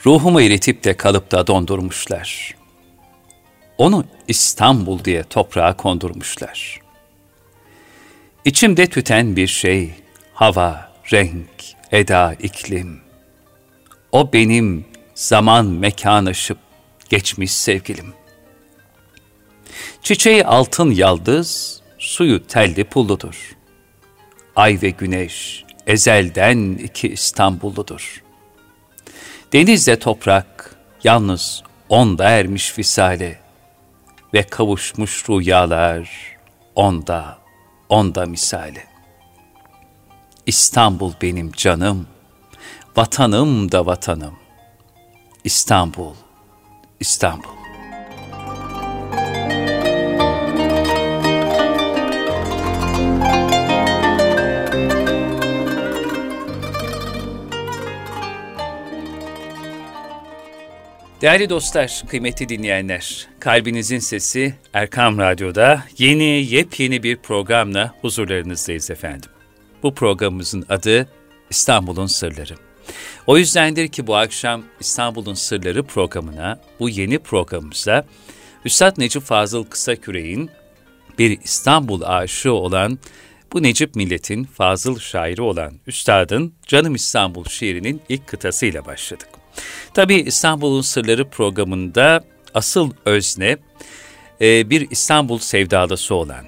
ruhumu eritip de kalıpta dondurmuşlar. Onu İstanbul diye toprağa kondurmuşlar. İçimde tüten bir şey, hava, renk, eda, iklim. O benim zaman mekan aşıp geçmiş sevgilim. Çiçeği altın yaldız, suyu telli pulludur. Ay ve güneş ezelden iki İstanbulludur. Denizle toprak yalnız onda ermiş visale ve kavuşmuş rüyalar onda misale. İstanbul benim canım, vatanım da vatanım. İstanbul, İstanbul. Değerli dostlar, kıymetli dinleyenler, Kalbinizin Sesi Erkam Radyo'da yepyeni bir programla huzurlarınızdayız efendim. Bu programımızın adı İstanbul'un Sırları. O yüzdendir ki bu akşam İstanbul'un Sırları programına, bu yeni programımıza Üstad Necip Fazıl Kısaküre'nin bir İstanbul aşığı olan, bu Necip milletin fazıl şairi olan Üstad'ın Canım İstanbul şiirinin ilk kıtasıyla başladık. Tabii İstanbul'un Sırları programında asıl özne bir İstanbul sevdalısı olan,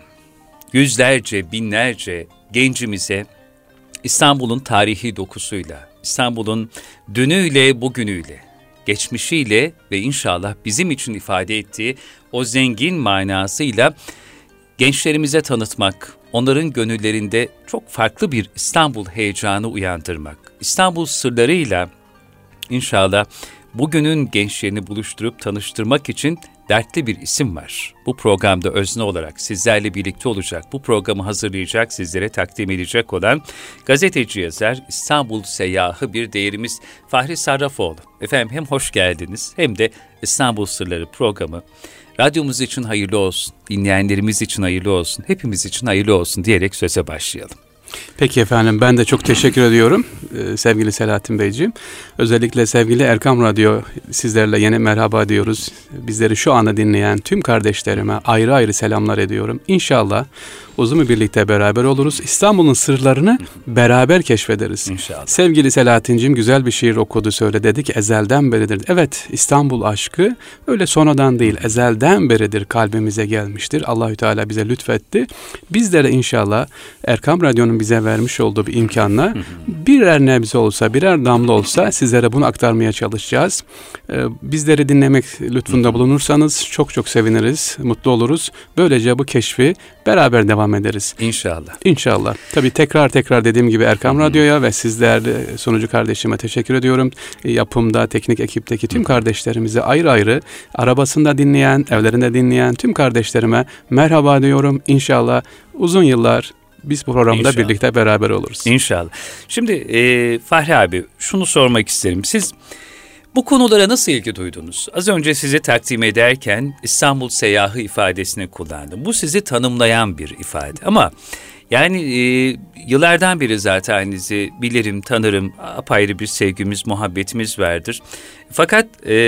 yüzlerce, binlerce gencimize İstanbul'un tarihi dokusuyla, İstanbul'un dünüyle, bugünüyle, geçmişiyle ve inşallah bizim için ifade ettiği o zengin manasıyla gençlerimize tanıtmak, onların gönüllerinde çok farklı bir İstanbul heyecanı uyandırmak, İstanbul sırlarıyla İnşallah bugünün gençlerini buluşturup tanıştırmak için dertli bir isim var. Bu programda özne olarak sizlerle birlikte olacak, bu programı hazırlayacak, sizlere takdim edecek olan gazeteci yazar, İstanbul seyyahı bir değerimiz Fahri Sarrafoğlu. Efendim hem hoş geldiniz hem de İstanbul Sırları programı radyomuz için hayırlı olsun, dinleyenlerimiz için hayırlı olsun, hepimiz için hayırlı olsun diyerek söze başlayalım. Peki efendim, ben de çok teşekkür ediyorum sevgili Selahattin Beyciğim. Özellikle sevgili Erkam Radyo, sizlerle yeni merhaba diyoruz. Bizleri şu anda dinleyen tüm kardeşlerime ayrı ayrı selamlar ediyorum. İnşallah uzun bir birlikte beraber oluruz. İstanbul'un sırlarını beraber keşfederiz. İnşallah. Sevgili Selahattin'cim güzel bir şiir okudu, söyle, dedi ki ezelden beridir. Evet, İstanbul aşkı öyle sonradan değil, ezelden beridir kalbimize gelmiştir. Allahü Teala bize lütfetti. Bizlere inşallah Erkam Radyo'nun bize vermiş olduğu bir imkanla birer nebze olsa, birer damla olsa sizlere bunu aktarmaya çalışacağız. Bizleri dinlemek lütfunda bulunursanız çok çok seviniriz, mutlu oluruz. Böylece bu keşfi beraber devam ederiz. İnşallah. İnşallah. Tabii tekrar dediğim gibi Erkam Radyo'ya ve sizler sunucu kardeşime teşekkür ediyorum. Yapımda, teknik ekipteki tüm kardeşlerimize ayrı ayrı, arabasında dinleyen, evlerinde dinleyen tüm kardeşlerime merhaba diyorum. İnşallah uzun yıllar biz bu programda İnşallah birlikte beraber oluruz. İnşallah. Şimdi Fahri abi şunu sormak isterim. Siz bu konulara nasıl ilgi duydunuz? Az önce sizi takdim ederken İstanbul seyyahı ifadesini kullandım. Bu sizi tanımlayan bir ifade ama yani yıllardan beri zaten sizi bilirim, tanırım, apayrı bir sevgimiz, muhabbetimiz vardır. Fakat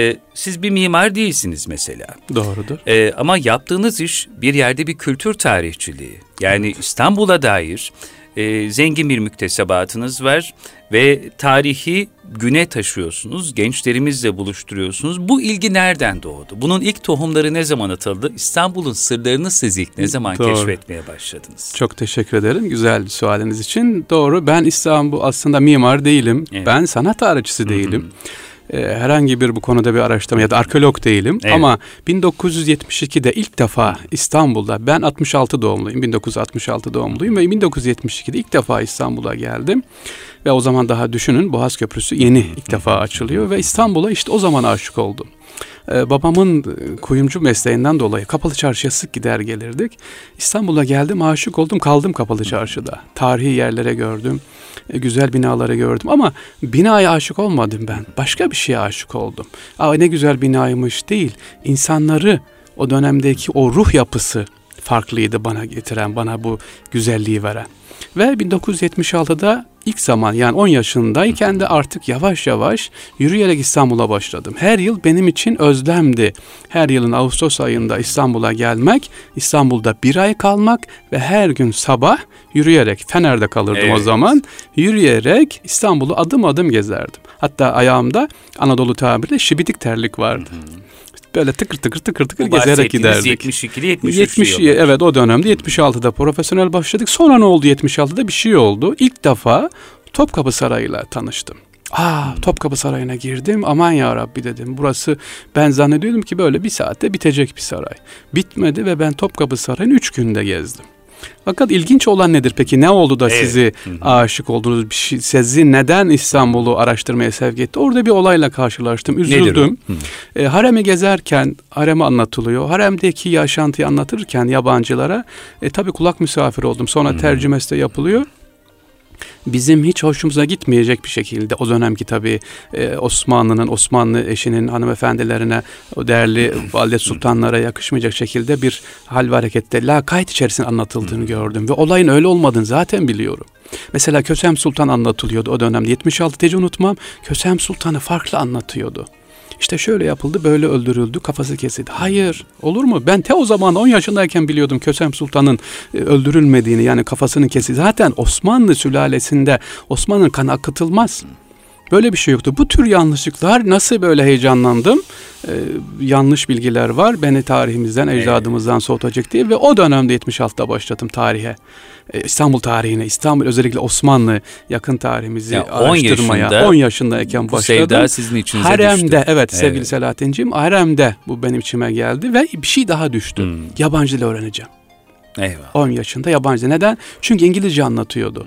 siz bir mimar değilsiniz mesela. Doğrudur. Ama yaptığınız iş bir yerde bir kültür tarihçiliği. Yani evet, İstanbul'a dair zengin bir müktesebatınız var ve tarihi güne taşıyorsunuz, gençlerimizle buluşturuyorsunuz. Bu ilgi nereden doğdu? Bunun ilk tohumları ne zaman atıldı? İstanbul'un sırlarını siz ilk ne zaman keşfetmeye başladınız? Çok teşekkür ederim güzel sualiniz için. Doğru, ben İstanbul aslında mimar değilim. Evet. Ben sanat tarihçisi değilim. Herhangi bir bu konuda bir araştırma ya da arkeolog değilim. Evet. Ama 1972'de ilk defa İstanbul'da, ben 66 doğumluyum, 1966 doğumluyum ve 1972'de ilk defa İstanbul'a geldim. Ve o zaman daha düşünün, Boğaz Köprüsü yeni ilk defa açılıyor ve İstanbul'a işte o zaman aşık oldum. Babamın kuyumcu mesleğinden dolayı Kapalı Çarşı'ya sık gider gelirdik. İstanbul'a geldim, aşık oldum, kaldım Kapalı Çarşı'da. Tarihi yerlere gördüm, güzel binaları gördüm ama binaya aşık olmadım ben. Başka bir şeye aşık oldum. Ne güzel binaymış değil, insanları, o dönemdeki o ruh yapısı farklıydı bana getiren, bana bu güzelliği veren. Ve 1976'da İlk zaman yani 10 yaşındayken de artık yavaş yavaş yürüyerek İstanbul'a başladım. Her yıl benim için özlemdi. Her yılın Ağustos ayında İstanbul'a gelmek, İstanbul'da bir ay kalmak ve her gün sabah yürüyerek, Fener'de kalırdım o zaman, yürüyerek İstanbul'u adım adım gezerdim. Hatta ayağımda Anadolu tabiriyle şibidik terlik vardı. Böyle tıkır tıkır gezerek giderdik. 72'li 73 evet, o dönemde 76'da profesyonel başladık. Sonra ne oldu 76'da? Bir şey oldu. İlk defa Topkapı Sarayı'yla tanıştım. Topkapı Sarayı'na girdim. Aman ya Rabbi dedim. Burası, ben zannediyordum ki böyle bir saatte bitecek bir saray. Bitmedi ve ben Topkapı Sarayı'nı 3 günde gezdim. Fakat ilginç olan nedir peki? Ne oldu da sizi aşık oldunuz? Bir şey, sizi neden İstanbul'u araştırmaya sevk etti? Orada bir olayla karşılaştım. Üzüldüm. Haremi gezerken harem anlatılıyor. Haremdeki yaşantıyı anlatırken yabancılara tabii kulak misafiri oldum. Sonra tercümesi de yapılıyor. Bizim hiç hoşumuza gitmeyecek bir şekilde o dönemki tabii Osmanlı eşinin hanımefendilerine, o değerli valide sultanlara yakışmayacak şekilde bir hal ve harekette lakayt içerisinde anlatıldığını gördüm. Ve olayın öyle olmadığını zaten biliyorum. Mesela Kösem Sultan anlatılıyordu o dönemde. 76 hiç unutmam. Kösem Sultan'ı farklı anlatıyordu. İşte şöyle yapıldı, böyle öldürüldü, kafası kesildi. Hayır, olur mu? Ben o zaman 10 yaşındayken biliyordum Kösem Sultan'ın öldürülmediğini, yani kafasının kesildi. Zaten Osmanlı sülalesinde Osmanlı'nın kanı akıtılmaz. Böyle bir şey yoktu. Bu tür yanlışlıklar, nasıl böyle heyecanlandım? Yanlış bilgiler var. Beni tarihimizden, ecdadımızdan soğutacak diye ve o dönemde 76'da başladım tarihe. İstanbul tarihine, İstanbul özellikle Osmanlı yakın tarihimizi araştırmaya 10 yaşındayken başladım. Bu sevda sizin içinize haremde, düştü. evet sevgili Selahattin'ciğim, haremde bu benim içime geldi ve bir şey daha düştü. Yabancı dil öğreneceğim. Eyvallah. 10 yaşında yabancı dil. Neden? Çünkü İngilizce anlatıyordu.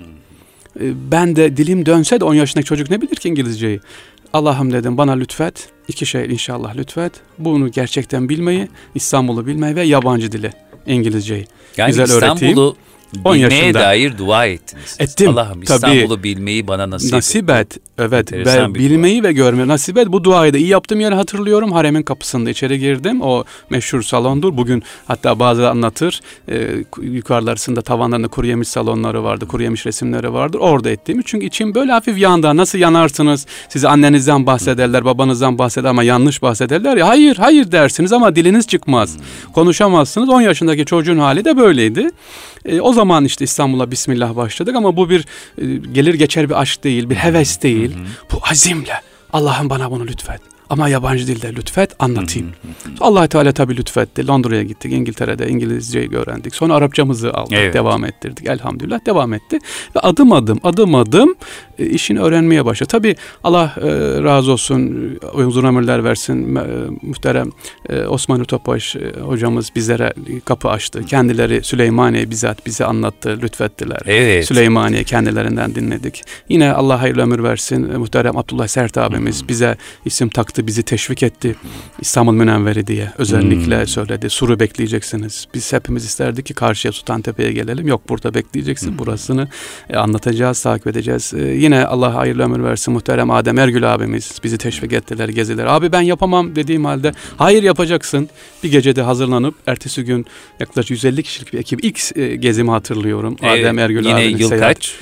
Ben de dilim dönse de 10 yaşındaki çocuk ne bilir ki İngilizceyi? Allah'ım dedim, bana lütfet. 2 şey inşallah lütfet. Bunu gerçekten bilmeyi, İstanbul'u bilmeyi ve yabancı dili, İngilizceyi. Yani güzel İstanbul'u bilmeye dair dua ettiniz. Ettim. Allah'ım İstanbul'u bilmeyi bana nasip et. Evet. Bilmeyi ve görmeyi nasip et. Bu duayı da iyi yaptığım yeri hatırlıyorum. Haremin kapısında içeri girdim. O meşhur salondur. Bugün hatta bazıları anlatır. Yukarılarında, tavanlarında kuru yemiş salonları vardı. Kuru yemiş resimleri vardır. Orada ettiğimi. Çünkü içim böyle hafif yandı. Nasıl yanarsınız? Size annenizden bahsederler, babanızdan bahseder ama yanlış bahsederler ya. Hayır dersiniz ama diliniz çıkmaz. Konuşamazsınız. 10 yaşındaki çocuğun hali de böyleydi. O zaman işte İstanbul'a bismillah başladık ama bu bir gelir geçer bir aşk değil, bir heves değil. Bu azimle Allah'ım bana bunu lütfet. Ama yabancı dilde lütfet, anlatayım. Allah Teala tabii lütfetti. Londra'ya gittik, İngiltere'de İngilizceyi öğrendik. Sonra Arapçamızı aldık, devam ettirdik. Elhamdülillah devam etti. Ve adım adım işini öğrenmeye başladı. Tabii Allah razı olsun, uzun ömürler versin. Muhterem Osman Topaş hocamız bizlere kapı açtı. Kendileri Süleymaniye bizzat bize anlattı, lütfettiler. Evet. Süleymaniye kendilerinden dinledik. Yine Allah hayırlı ömür versin. Muhterem Abdullah Sert abimiz bize isim taktı, bizi teşvik etti. İstanbul Münevveri diye özellikle söyledi. Suru bekleyeceksiniz. Biz hepimiz isterdik ki karşıya Sultantepe'ye gelelim. Yok, burada bekleyeceksin. Burasını anlatacağız, takip edeceğiz. Yine Allah hayırlı ömür versin. Muhterem Adem Ergül abimiz bizi teşvik ettiler, geziler. Abi ben yapamam dediğim halde hayır yapacaksın. Bir gecede hazırlanıp ertesi gün yaklaşık 150 kişilik bir ekip ilk gezimi hatırlıyorum. Adem Ergül yine abimiz. Yine yıl kaç?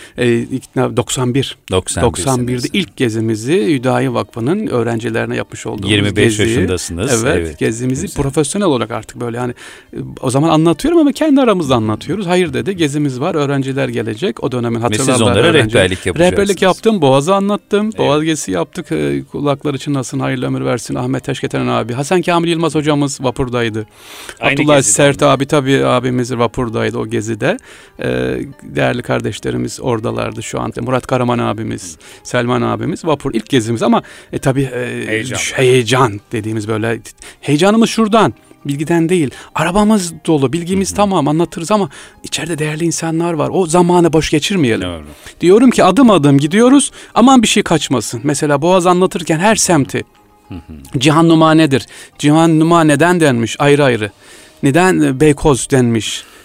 91. 91'de ilk gezimizi Hüdayi Vakfı'nın öğrencilerine yapmış olduğumuz 25 yaşındasınız. Evet, gezimizi güzel. Profesyonel olarak artık böyle yani o zaman anlatıyorum ama kendi aramızda anlatıyoruz. Hayır dedi, gezimiz var, öğrenciler gelecek. O dönemin hatırlarlar. Ve siz onlara rehberlik yapacaksınız. Rehberlik yaptım, Boğaz'ı anlattım. Evet. Boğaz gezisi yaptık. Kulakları çınlasın, hayırlı ömür versin. Ahmet Teşketen abi. Hasan Kamil Yılmaz hocamız vapurdaydı. Abdullah Sert abi tabii abimiz vapurdaydı o gezide. Değerli kardeşlerimiz oradalardı şu an. Murat Karaman abimiz, Selman abimiz vapur ilk gezimiz ama tabii heyecan dediğimiz böyle heyecanımız şuradan. Bilgiden değil. Arabamız dolu. Bilgimiz tamam, anlatırız ama içeride değerli insanlar var. O zamanı boş geçirmeyelim. Doğru. Diyorum ki adım adım gidiyoruz. Aman bir şey kaçmasın. Mesela Boğaz anlatırken her semti. Cihan Numa nedir? Cihan Numa neden denmiş? Ayrı ayrı. Neden Beykoz denmiş?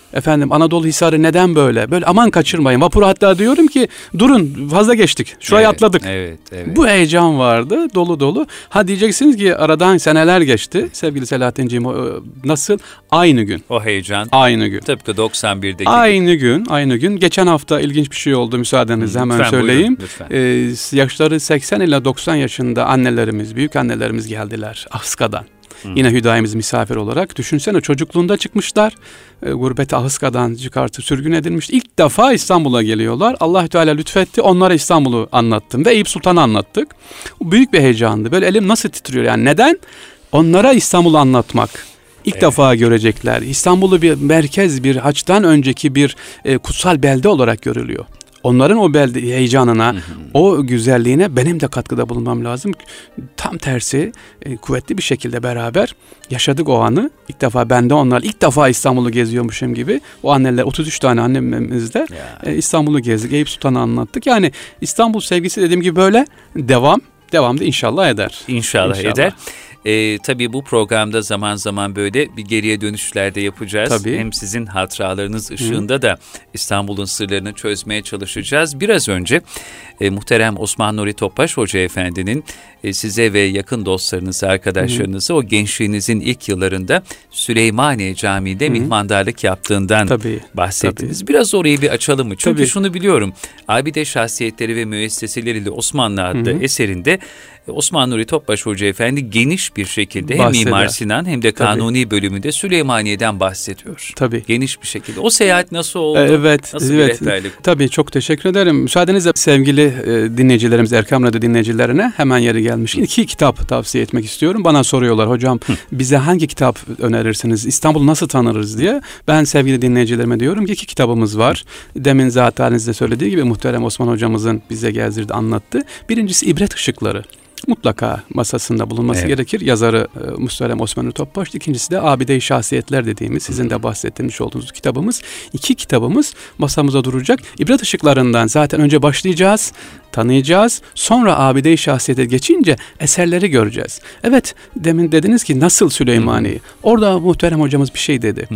Efendim Anadolu Hisarı neden böyle? Böyle aman kaçırmayın. Vapuru hatta diyorum ki durun fazla geçtik. Şuraya atladık. Evet. Bu heyecan vardı dolu dolu. Ha diyeceksiniz ki aradan seneler geçti. Sevgili Selahattin'ciğim nasıl? Aynı gün. O heyecan. Aynı gün. Tıpkı 91'deki. Aynı gün. Geçen hafta ilginç bir şey oldu müsaadenizle hemen lütfen, söyleyeyim. Buyurun, yaşları 80 ile 90 yaşında annelerimiz, büyük annelerimiz geldiler Ahıska'dan. Yine Hüdayi'miz misafir olarak. Düşünsene çocukluğunda çıkmışlar. Gurbete Ahıska'dan çıkartıp sürgün edilmiş. İlk defa İstanbul'a geliyorlar. Allah Teala lütfetti. Onlara İstanbul'u anlattım ve Eyüp Sultan'ı anlattık. Büyük bir heyecandı. Böyle elim nasıl titriyor yani. Neden? Onlara İstanbul'u anlatmak. İlk defa görecekler. İstanbul'u bir merkez, bir haçtan önceki bir kutsal belde olarak görülüyor. Onların o belde heyecanına, o güzelliğine benim de katkıda bulunmam lazım. Tam tersi kuvvetli bir şekilde beraber yaşadık o anı. İlk defa ben de onlar ilk defa İstanbul'u geziyormuşum gibi. O anneler 33 tane annemizle İstanbul'u gezdik. Eyüp Sultan'ı anlattık. Yani İstanbul sevgisi dediğim gibi böyle devam da inşallah eder. İnşallah eder. Tabii bu programda zaman zaman böyle bir geriye dönüşler de yapacağız. Tabii. Hem sizin hatıralarınız ışığında da İstanbul'un sırlarını çözmeye çalışacağız. Biraz önce muhterem Osman Nuri Topbaş Hoca Efendi'nin size ve yakın dostlarınıza, arkadaşlarınıza o gençliğinizin ilk yıllarında Süleymaniye Camii'de mihmandarlık yaptığından bahsettiniz. Tabii. Biraz orayı bir açalım mı? Çünkü şunu biliyorum. Abide Şahsiyetleri ve Müesseseleriyle Osmanlı adlı eserinde Osman Nuri Topbaş Hoca Efendi geniş bir şekilde hem Mimar Sinan hem de Kanuni bölümünde Süleymaniye'den bahsediyor. Tabii. Geniş bir şekilde. O seyahat nasıl oldu? Nasıl bir rehberlik? Tabii çok teşekkür ederim. Müsaadenizle sevgili dinleyicilerimiz, Erkam Radyo dinleyicilerine hemen yeri gelmiş. 2 kitap tavsiye etmek istiyorum. Bana soruyorlar hocam bize hangi kitap önerirsiniz? İstanbul'u nasıl tanırız diye. Ben sevgili dinleyicilerime diyorum ki 2 kitabımız var. Demin zaten de söylediği gibi muhterem Osman hocamızın bize gezdirdi, anlattı. Birincisi İbret Işıkları. Mutlaka masasında bulunması gerekir. Yazarı muhterem Osman Nuri Topbaş. İkincisi de Abide-i Şahsiyetler dediğimiz sizin de bahsetmiş olduğunuz kitabımız. 2 kitabımız masamıza duracak. İbret ışıklarından zaten önce başlayacağız, tanıyacağız. Sonra Abide-i Şahsiyet'e geçince eserleri göreceğiz. Evet, demin dediniz ki nasıl Süleymaniye? Orada muhterem hocamız bir şey dedi.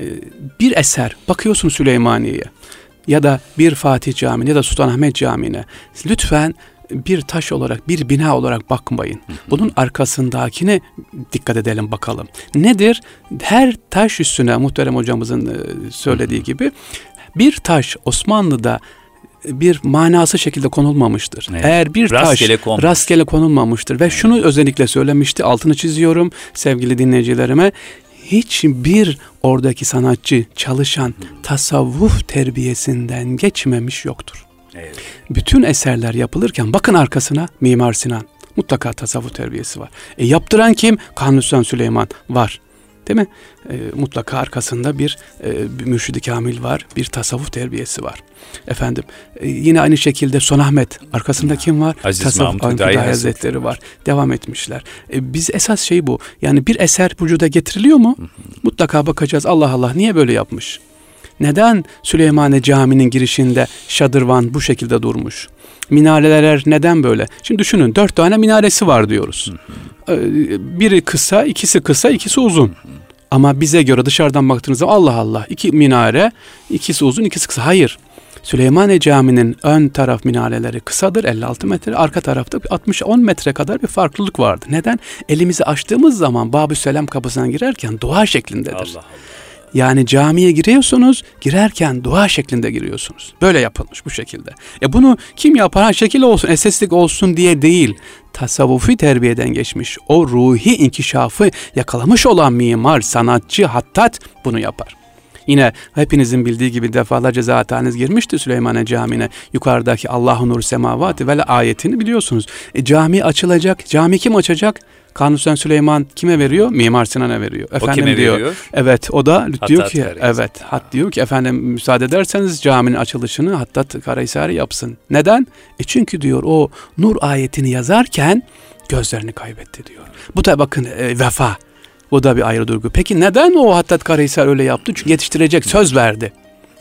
Bir eser, bakıyorsun Süleymaniye'ye ya da bir Fatih Camii'ne ya da Sultanahmet Camii'ne. Lütfen bir taş olarak, bir bina olarak bakmayın. Bunun arkasındakine dikkat edelim bakalım. Nedir? Her taş üstüne muhterem hocamızın söylediği gibi bir taş Osmanlı'da bir manası şekilde konulmamıştır. Evet. Eğer bir taş rastgele konulmamıştır ve şunu özellikle söylemişti, altını çiziyorum sevgili dinleyicilerime. Hiçbir oradaki sanatçı, çalışan tasavvuf terbiyesinden geçmemiş yoktur. Evet. Bütün eserler yapılırken bakın arkasına Mimar Sinan. Mutlaka tasavvuf terbiyesi var. Yaptıran kim? Kanuni Sultan Süleyman var. Değil mi? Mutlaka arkasında bir mürşid-i kamil var. Bir tasavvuf terbiyesi var. Efendim yine aynı şekilde Sultanahmet. Arkasında kim var? Aziz Mahmud Hüdayi Hazretleri var. Devam etmişler. Biz esas şey bu. Yani bir eser vücuda getiriliyor mu? Mutlaka bakacağız. Allah Allah niye böyle yapmış? Neden Süleymaniye Camii'nin girişinde şadırvan bu şekilde durmuş? Minareler neden böyle? Şimdi düşünün 4 tane minaresi var diyoruz. Biri kısa, ikisi uzun. Ama bize göre dışarıdan baktığınızda Allah Allah 2 minare, ikisi uzun, ikisi kısa. Hayır. Süleymaniye Camii'nin ön taraf minareleri kısadır 56 metre, arka tarafta 60-10 metre kadar bir farklılık vardı. Neden? Elimizi açtığımız zaman Babüsselam kapısından girerken dua şeklindedir. Allah Allah. Yani camiye giriyorsunuz, girerken dua şeklinde giriyorsunuz. Böyle yapılmış bu şekilde. Bunu kim yapar? Şekil olsun, estetik olsun diye değil. Tasavvufi terbiyeden geçmiş. O ruhi inkişafı yakalamış olan mimar, sanatçı, hattat bunu yapar. Yine hepinizin bildiği gibi defalarca zaten girmişti Süleymaniye Camii'ne. Yukarıdaki Allahu nur semavati ve ayetini biliyorsunuz. Cami açılacak. Cami kim açacak? Kanuni Sultan Süleyman kime veriyor? Mimar Sinan'a veriyor. Efendim o kime diyor, veriyor? Evet o da diyor ki diyor ki efendim müsaade ederseniz caminin açılışını Hattat Karahisari yapsın. Neden? Çünkü diyor o nur ayetini yazarken gözlerini kaybetti diyor. Bu da bakın vefa. Bu da bir ayrı duygu. Peki neden o Hattat Karahisari öyle yaptı? Çünkü yetiştirecek söz verdi.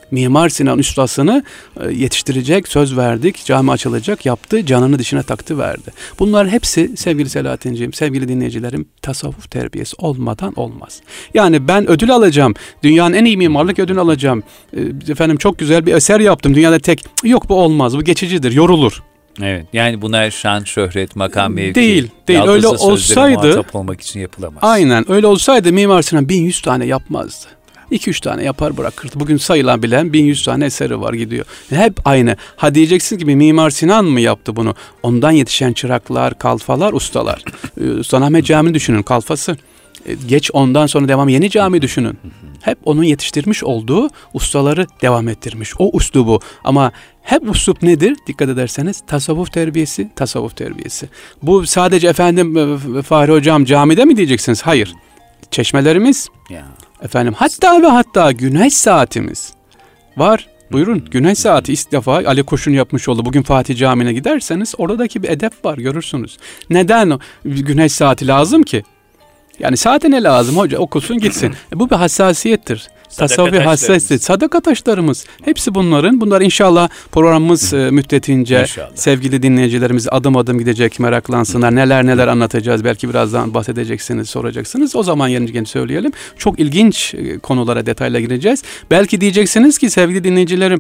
Mimar Sinan ustasını yetiştirecek, söz verdik, cami açılacak, yaptı, canını dişine taktı, verdi. Bunlar hepsi sevgili Selahattin'ciğim, sevgili dinleyicilerim, tasavvuf terbiyesi olmadan olmaz. Yani ben ödül alacağım, dünyanın en iyi mimarlık ödülünü alacağım, efendim çok güzel bir eser yaptım, dünyada tek, yok bu olmaz, bu geçicidir, yorulur. Evet, yani bunlar şan, şöhret, makam, mevki. Değil. Öyle olsaydı, muhatap olmak için yapılamaz. Aynen, öyle olsaydı Mimar Sinan 1100 tane yapmazdı. 2-3 tane yapar bırakırdı. Bugün sayılan bilen 1100 tane eseri var, gidiyor. Hep aynı. Ha diyeceksiniz ki Mimar Sinan mı yaptı bunu? Ondan yetişen çıraklar, kalfalar, ustalar. Sultanahmet Camii'ni düşünün, kalfası. Geç ondan sonra devam yeni cami düşünün. Hep onun yetiştirmiş olduğu ustaları devam ettirmiş. O üslubu. Ama hep üslup nedir? Dikkat ederseniz tasavvuf terbiyesi, tasavvuf terbiyesi. Bu sadece efendim Fahri Hocam camide mi diyeceksiniz? Hayır. Çeşmelerimiz, efendim hatta ve hatta güneş saatimiz var. Buyurun, güneş saati ilk defa Ali Koç'un yapmış oldu. Bugün Fatih Camii'ne giderseniz oradaki bir edep var, görürsünüz. Neden güneş saati lazım ki? Yani saate ne lazım hoca? Okusun gitsin. Bu bir hassasiyettir. Tasavvufi hassasiyet. Sadaka taşlarımız. Hepsi bunlar inşallah programımız müddetince inşallah. Sevgili dinleyicilerimiz adım adım gidecek, meraklansınlar. Neler anlatacağız. Belki birazdan bahsedeceksiniz, soracaksınız. O zaman yeni söyleyelim. Çok ilginç konulara, detayla gireceğiz. Belki diyeceksiniz ki sevgili dinleyicilerim,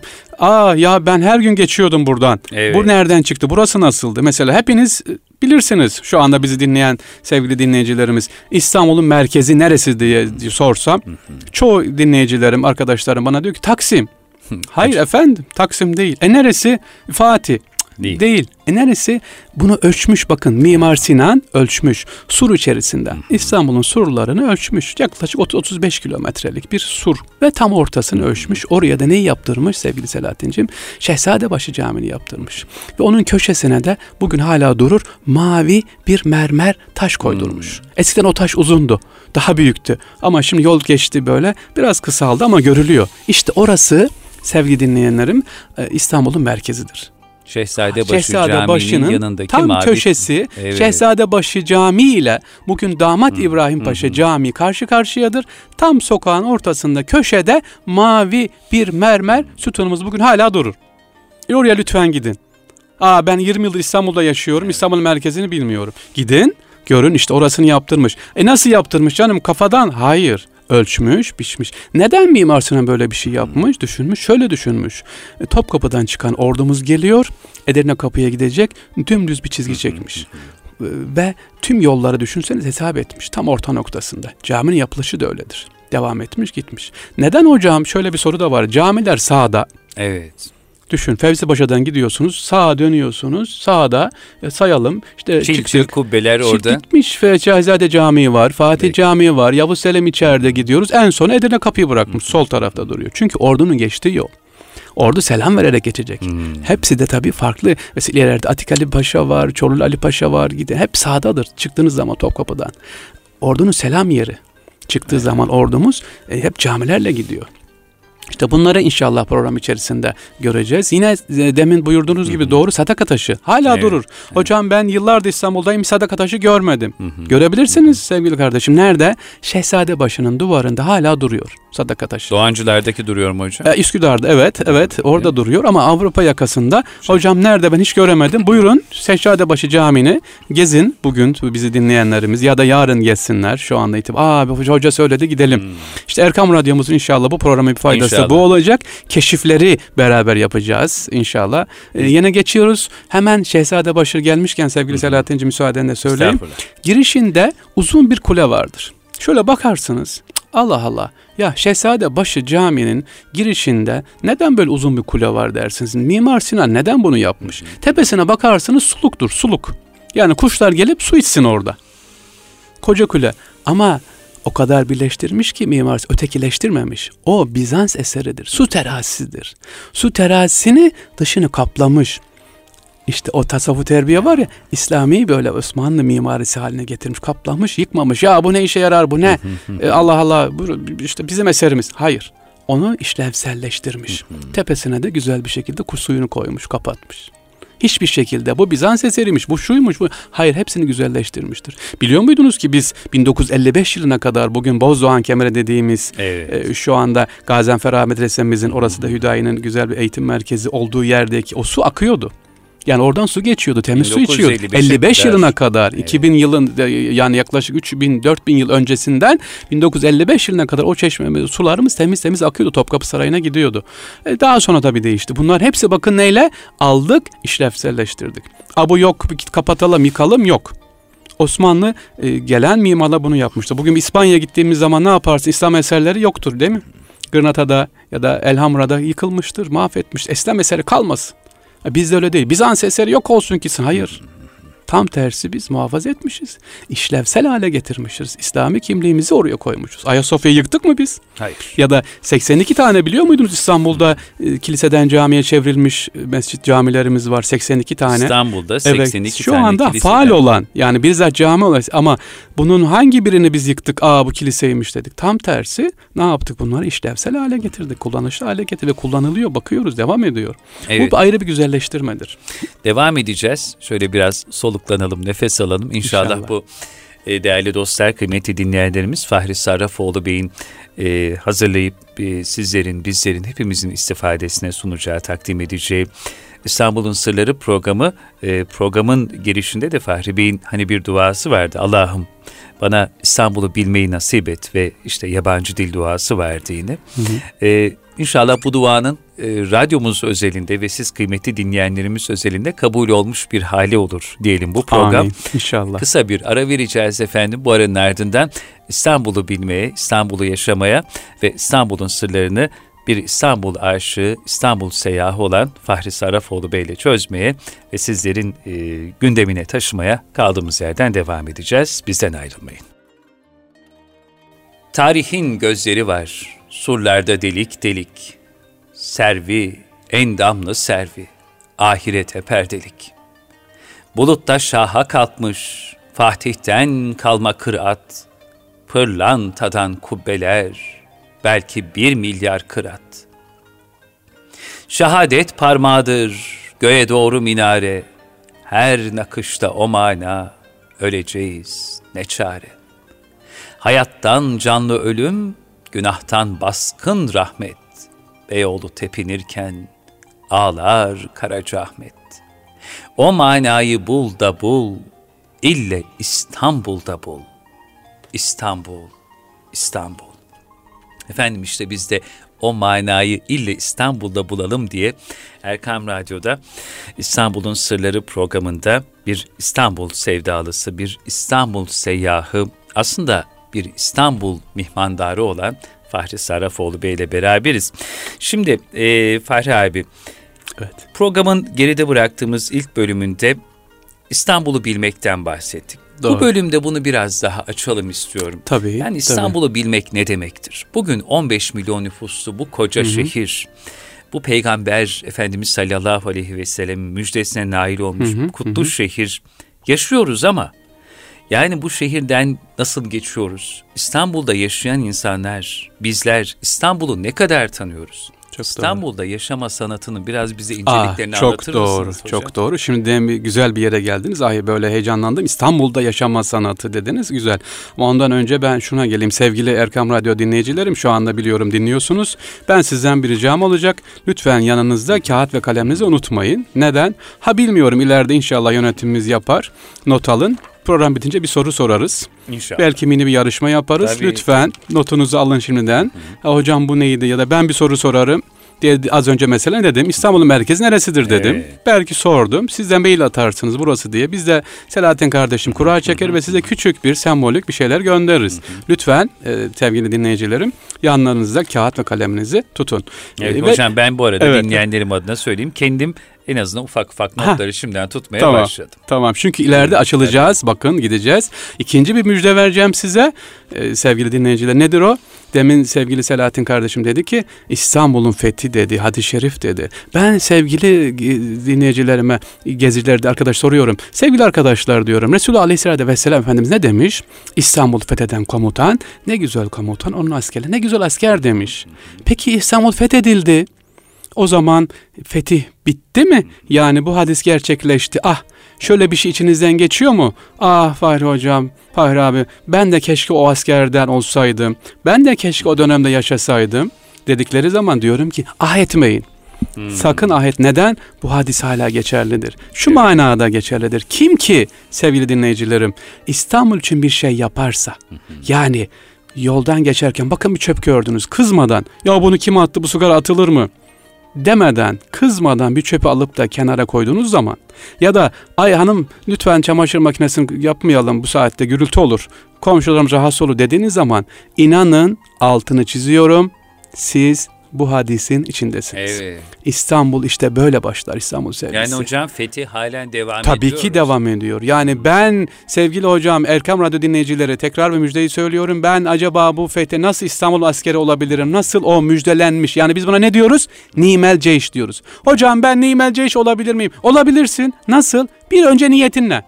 ya ben her gün geçiyordum buradan. Evet. Bu nereden çıktı? Burası nasıldı? Mesela hepiniz bilirsiniz şu anda bizi dinleyen sevgili dinleyicilerimiz, İstanbul'un merkezi neresi diye sorsam çoğu dinleyicilerim, arkadaşlarım bana diyor ki Taksim. Hayır efendim, Taksim değil. Neresi? Fatih. Değil. Neresi? Bunu ölçmüş, bakın Mimar Sinan ölçmüş. Sur içerisinden İstanbul'un surlarını ölçmüş. Yaklaşık 30-35 kilometrelik bir sur ve tam ortasını ölçmüş. Oraya da neyi yaptırmış sevgili Selahattin'ciğim? Şehzadebaşı Camii'ni yaptırmış. Ve onun köşesine de bugün hala durur mavi bir mermer taş koydurmuş. Eskiden o taş uzundu. Daha büyüktü. Ama şimdi yol geçti böyle. Biraz kısaldı ama görülüyor. İşte orası sevgili dinleyenlerim İstanbul'un merkezidir. Şehzadebaşı'nın yanındaki tam mavi köşesi, evet. Şehzadebaşı Camii ile bugün Damat İbrahim Paşa Camii karşı karşıyadır. Tam sokağın ortasında köşede mavi bir mermer sütunumuz bugün hala durur. Oraya lütfen gidin. Ben 20 yıldır İstanbul'da yaşıyorum. Evet. İstanbul'un merkezini bilmiyorum. Gidin, görün, işte orasını yaptırmış. Nasıl yaptırmış canım? Kafadan? Hayır. Ölçmüş, biçmiş. Neden Mimar Sinan böyle bir şey yapmış? Düşünmüş, şöyle düşünmüş. Topkapı'dan çıkan ordumuz geliyor, Edirne Kapı'ya gidecek, dümdüz bir çizgi çekmiş. Ve tüm yolları düşünseniz hesap etmiş, tam orta noktasında. Caminin yapılışı da öyledir. Devam etmiş, gitmiş. Neden hocam? Şöyle bir soru da var. Camiler sağda. Evet. Düşün, Fevzipaşa'dan gidiyorsunuz, sağa dönüyorsunuz, sağda sayalım. İşte çift kubbeler orada. Gitmiş, Şehzade Camii var, Fatih Camii var, Yavuz Selim içeride gidiyoruz. En son Edirne Kapı'yı bırakmış, sol tarafta duruyor. Çünkü ordunun geçtiği yol. Ordu selam vererek geçecek. Hepsi de tabii farklı vesilelerdi. Atik Ali Paşa var, Çorlu Ali Paşa var. Hep sağdadır çıktığınız zaman Topkapı'dan. Ordunun selam yeri. Çıktığı zaman ordumuz hep camilerle gidiyor. İşte bunları inşallah program içerisinde göreceğiz. Yine demin buyurduğunuz gibi doğru, sadaka taşı hala durur. Hocam ben yıllardır İstanbul'dayım, sadaka taşı görmedim. Görebilirsiniz sevgili kardeşim. Nerede? Şehzadebaşı'nın duvarında hala duruyor sadaka taşı. Doğancılar'daki duruyor mu hocam? Üsküdar'da evet orada duruyor ama Avrupa yakasında. Hocam nerede, ben hiç göremedim. Buyurun Şehzadebaşı Camii'ni gezin bugün, bizi dinleyenlerimiz ya da yarın gezsinler şu anda itibaren. Hoca söyledi, gidelim. İşte Erkam Radyomuzun inşallah bu programa bir faydası bu olacak. Keşifleri beraber yapacağız inşallah. Yine geçiyoruz. Hemen Şehzadebaşı gelmişken sevgili Selahattin'ci müsaadenle söyleyeyim. Girişinde uzun bir kule vardır. Şöyle bakarsınız. Allah Allah. Ya Şehzadebaşı Camii'nin girişinde neden böyle uzun bir kule var dersiniz. Mimar Sinan neden bunu yapmış? Tepesine bakarsınız, suluktur, suluk. Yani kuşlar gelip su içsin orada. Koca kule. Ama o kadar birleştirmiş ki mimar, ötekileştirmemiş. O Bizans eseridir. Su terazisidir. Su terazisini dışını kaplamış. İşte o tasavvuf terbiye var ya, İslami böyle Osmanlı mimarisi haline getirmiş, kaplamış, yıkmamış. Ya bu ne işe yarar, bu ne? Allah Allah, bu işte bizim eserimiz. Hayır. Onu işlevselleştirmiş. Tepesine de güzel bir şekilde suyunu koymuş, kapatmış. Hiçbir şekilde bu Bizans eseriymiş, bu şuymuş, bu. Hayır, hepsini güzelleştirmiştir. Biliyor muydunuz ki biz 1955 yılına kadar bugün Bozdoğan Kemere dediğimiz şu anda Gaziantep Medresemizin, orası da Hüdayi'nin güzel bir eğitim merkezi olduğu yerdeki o su akıyordu. Yani oradan su geçiyordu, temiz su içiyordu. 55 yılına kadar, 2000 yılın yani yaklaşık 3000-4000 yıl öncesinden 1955 yılına kadar o çeşme sularımız temiz akıyordu. Topkapı Sarayı'na gidiyordu. Daha sonra tabii değişti. Bunlar hepsi bakın neyle? Aldık, işlevselleştirdik. Bu yok, kapatalım, yıkalım, yok. Osmanlı gelen mimarlar bunu yapmıştı. Bugün İspanya'ya gittiğimiz zaman ne yaparsın? İslam eserleri yoktur değil mi? Granada'da ya da Elhamra'da yıkılmıştır, mahvetmiştir. İslam eseri kalmasın. Bizde öyle değil. Bizans eseri yok olsun ki. Hayır. Tam tersi, biz muhafaza etmişiz. İşlevsel hale getirmişiz. İslami kimliğimizi oraya koymuşuz. Ayasofya'yı yıktık mı biz? Hayır. Ya da 82 tane biliyor muydunuz İstanbul'da kiliseden camiye çevrilmiş mescit camilerimiz var. 82 tane. İstanbul'da 82 şu tane anda kiliseden faal olan, yani bizzat cami olan, ama bunun hangi birini biz yıktık? Bu kiliseymiş dedik. Tam tersi, ne yaptık? Bunları işlevsel hale getirdik. Kullanışlı hale getirdik ve kullanılıyor. Bakıyoruz, devam ediyor. Evet. Bu ayrı bir güzelleştirmedir. Devam edeceğiz. Şöyle biraz soluklanalım, nefes alalım. İnşallah bu değerli dostlar, kıymetli dinleyenlerimiz, Fahri Sarrafoğlu Bey'in hazırlayıp sizlerin, bizlerin, hepimizin istifadesine sunacağı, takdim edeceği İstanbul'un Sırları programı, programın girişinde de Fahri Bey'in hani bir duası vardı. Allah'ım bana İstanbul'u bilmeyi nasip et ve işte yabancı dil duası verdi yine. İnşallah bu duanın radyomuz özelinde ve siz kıymetli dinleyenlerimiz özelinde kabul olmuş bir hali olur diyelim bu program. Amin. İnşallah. Kısa bir ara vereceğiz efendim. Bu aranın ardından İstanbul'u bilmeye, İstanbul'u yaşamaya ve İstanbul'un sırlarını bir İstanbul aşığı, İstanbul seyyahı olan Fahri Sarrafoğlu Bey ile çözmeye ve sizlerin gündemine taşımaya kaldığımız yerden devam edeceğiz. Bizden ayrılmayın. Tarihin gözleri var, surlarda delik delik. Servi, endamlı servi, ahirete perdelik. Bulutta şaha kalkmış, Fatih'ten kalma kıraat. Pırlantadan kubbeler, belki 1 milyar kırat. Şehadet parmağıdır, göğe doğru minare. Her nakışta o mana, öleceğiz ne çare. Hayattan canlı ölüm, günahtan baskın rahmet. Beyoğlu tepinirken ağlar Karacaahmet. O manayı bul da bul, ille İstanbul'da bul. İstanbul, İstanbul. Efendim işte biz de o manayı ille İstanbul'da bulalım diye Erkam Radyo'da İstanbul'un Sırları programında bir İstanbul sevdalısı, bir İstanbul seyyahı, aslında bir İstanbul mihmandarı olan Fahri Sarrafoğlu Bey ile beraberiz. Şimdi Fahri abi, evet, programın geride bıraktığımız ilk bölümünde İstanbul'u bilmekten bahsettik. Doğru. Bu bölümde bunu biraz daha açalım istiyorum. Tabii. Yani İstanbul'u bilmek ne demektir? Bugün 15 milyon nüfuslu bu koca şehir, bu Peygamber Efendimiz sallallahu aleyhi ve sellem müjdesine nail olmuş kutlu şehir yaşıyoruz ama yani bu şehirden nasıl geçiyoruz? İstanbul'da yaşayan insanlar, bizler İstanbul'u ne kadar tanıyoruz? Çok İstanbul'da doğru. Yaşama sanatını biraz bize inceliklerini anlatır mısınız hocam? Çok doğru. Şimdi güzel bir yere geldiniz. Böyle heyecanlandım. İstanbul'da yaşama sanatı dediniz. Güzel. Ama ondan önce ben şuna geleyim. Sevgili Erkam Radyo dinleyicilerim, şu anda biliyorum dinliyorsunuz. Ben sizden bir ricam olacak. Lütfen yanınızda kağıt ve kaleminizi unutmayın. Neden? Bilmiyorum, ileride inşallah yönetimimiz yapar. Not alın. Program bitince bir soru sorarız. İnşallah. Belki mini bir yarışma yaparız. Tabii. Lütfen notunuzu alın şimdiden. Hocam bu neydi, ya da ben bir soru sorarım diye az önce mesela dedim. İstanbul'un merkezi neresidir dedim. Evet. Belki sordum. Sizden mail atarsınız burası diye. Biz de Selahattin kardeşim kura çeker ve size küçük bir sembolik bir şeyler göndeririz. Lütfen sevgili dinleyicilerim, yanlarınızda kağıt ve kaleminizi tutun. Evet hocam, ben bu arada dinleyenlerim adına söyleyeyim. Kendim en azından ufak notları şimdiden tutmaya başladım. Tamam. Çünkü ileride açılacağız. Bakın gideceğiz. İkinci bir müjde vereceğim size. Sevgili dinleyiciler, nedir o? Demin sevgili Selahattin kardeşim dedi ki İstanbul'un fethi dedi, hadis-i şerif dedi. Ben sevgili dinleyicilerime, gezicilerde arkadaş soruyorum. Sevgili arkadaşlar diyorum, Resulullah Aleyhisselatü Vesselam Efendimiz ne demiş? İstanbul fetheden komutan, ne güzel komutan onun askeri, ne güzel asker demiş. Peki İstanbul fethedildi. O zaman fetih bitti mi? Yani bu hadis gerçekleşti. Şöyle bir şey içinizden geçiyor mu? Fahri hocam, Fahri abi, ben de keşke o askerden olsaydım. Ben de keşke o dönemde yaşasaydım dedikleri zaman diyorum ki etmeyin. Sakın neden? Bu hadis hala geçerlidir. Şu manada geçerlidir. Kim ki sevgili dinleyicilerim İstanbul için bir şey yaparsa, yani yoldan geçerken bakın bir çöp gördünüz, kızmadan ya bunu kim attı, bu sigara atılır mı demeden, kızmadan bir çöpü alıp da kenara koyduğunuz zaman ya da ay hanım lütfen çamaşır makinesini yapmayalım, bu saatte gürültü olur, komşularım rahatsız olur dediğiniz zaman, inanın, altını çiziyorum, siz bu hadisin içindesiniz. Evet. İstanbul işte böyle başlar, İstanbul sevgisi. Yani hocam fetih halen devam ediyor. Tabii ki devam ediyor. Yani ben sevgili hocam, Erkam Radyo dinleyicileri, tekrar ve müjdeyi söylüyorum. Ben acaba bu fetih nasıl İstanbul askeri olabilirim? Nasıl o müjdelenmiş? Yani biz buna ne diyoruz? Nimel ceyş diyoruz. Hocam ben nimel ceyş olabilir miyim? Olabilirsin. Nasıl? Bir önce niyetinle.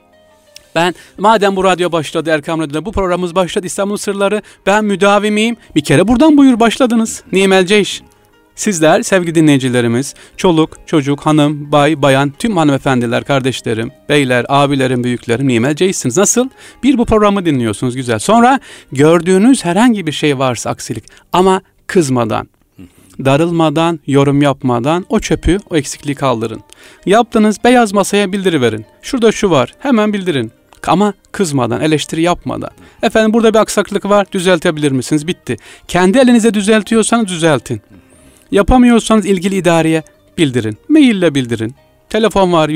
Ben madem bu radyo başladı, Erkam Radyo'da bu programımız başladı, İstanbul Sırları, ben müdavimiyim. Bir kere buradan buyur başladınız. Nimel ceyş. Sizler sevgili dinleyicilerimiz, çoluk, çocuk, hanım, bay, bayan, tüm hanımefendiler, kardeşlerim, beyler, abilerim, büyüklerim nimel ceyşsiniz. Nasıl? Bir bu programı dinliyorsunuz, güzel. Sonra gördüğünüz herhangi bir şey varsa aksilik, ama kızmadan, darılmadan, yorum yapmadan o çöpü, o eksikliği kaldırın. Yaptınız, beyaz masaya bildiriverin. Şurada şu var, hemen bildirin. Ama kızmadan, eleştiri yapmadan. Efendim burada bir aksaklık var, düzeltebilir misiniz? Bitti. Kendi elinize düzeltiyorsanız düzeltin. Yapamıyorsanız ilgili idareye bildirin. Maille bildirin. Telefon var,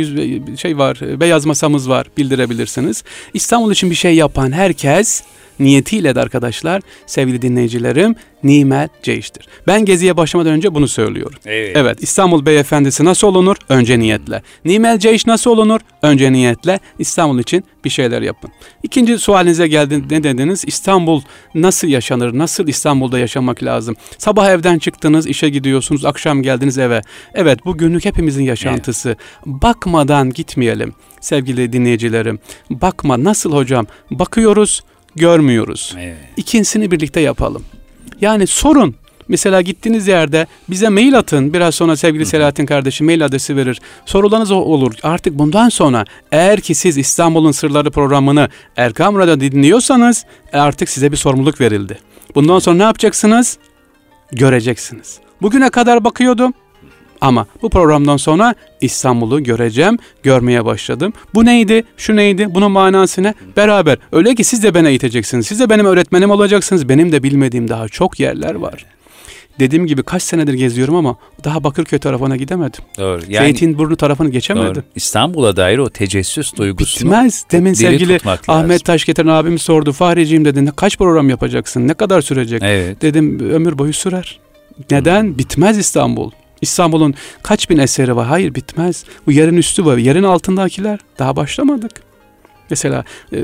beyaz masamız var, bildirebilirsiniz. İstanbul için bir şey yapan herkes niyetiyle de arkadaşlar, sevgili dinleyicilerim, nimel ceyştir. Ben geziye başlamadan önce bunu söylüyorum. Evet, İstanbul beyefendisi nasıl olunur? Önce niyetle. Nimel ceyş nasıl olunur? Önce niyetle. İstanbul için bir şeyler yapın. İkinci sualinize geldi, ne dediniz? İstanbul nasıl yaşanır? Nasıl İstanbul'da yaşamak lazım? Sabah evden çıktınız, işe gidiyorsunuz, akşam geldiniz eve. Evet, bu günlük hepimizin yaşantısı. Bakmadan gitmeyelim sevgili dinleyicilerim. Bakma, nasıl hocam? Bakıyoruz, görmüyoruz. İkincisini birlikte yapalım. Yani sorun. Mesela gittiğiniz yerde bize mail atın. Biraz sonra sevgili Selahattin kardeşim mail adresi verir. Sorularınız olur. Artık bundan sonra eğer ki siz İstanbul'un Sırları programını Erkam Radyo'da dinliyorsanız artık size bir sorumluluk verildi. Bundan sonra ne yapacaksınız? Göreceksiniz. Bugüne kadar bakıyordum. Ama bu programdan sonra İstanbul'u göreceğim, görmeye başladım. Bu neydi, şu neydi, bunun manası ne? Beraber. Öyle ki siz de beni eğiteceksiniz. Siz de benim öğretmenim olacaksınız. Benim de bilmediğim daha çok yerler var. Dediğim gibi kaç senedir geziyorum ama daha Bakırköy tarafına gidemedim. Doğru. Yani, Zeytinburnu tarafını geçemedim. Doğru. İstanbul'a dair o tecessüs duygusunu bitmez. Demin sevgili Ahmet Taşgeten abimiz sordu. Fahriciğim dedi, kaç program yapacaksın? Ne kadar sürecek? Evet. Dedim ömür boyu sürer. Neden? Bitmez İstanbul. İstanbul'un kaç bin eseri var? Hayır, bitmez. Bu yerin üstü var. Yerin altındakiler. Daha başlamadık. Mesela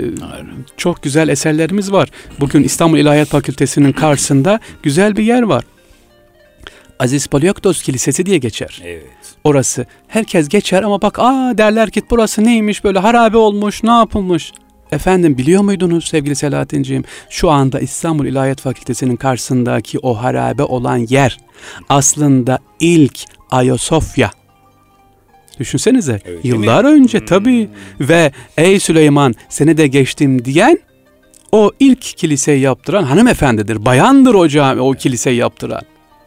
çok güzel eserlerimiz var. Bugün İstanbul İlahiyat Fakültesi'nin karşısında güzel bir yer var. Aziz Poliaktos Kilisesi diye geçer. Evet. Orası. Herkes geçer ama bak derler ki burası neymiş, böyle harabe olmuş, ne yapılmış? Efendim biliyor muydunuz sevgili Selahattin'ciğim? Şu anda İstanbul İlahiyat Fakültesi'nin karşısındaki o harabe olan yer aslında ilk Ayasofya. Düşünsenize, evet, yıllar önce tabii ve ey Süleyman seni de geçtim diyen o ilk kiliseyi yaptıran hanımefendidir. Bayandır o kiliseyi yaptıran.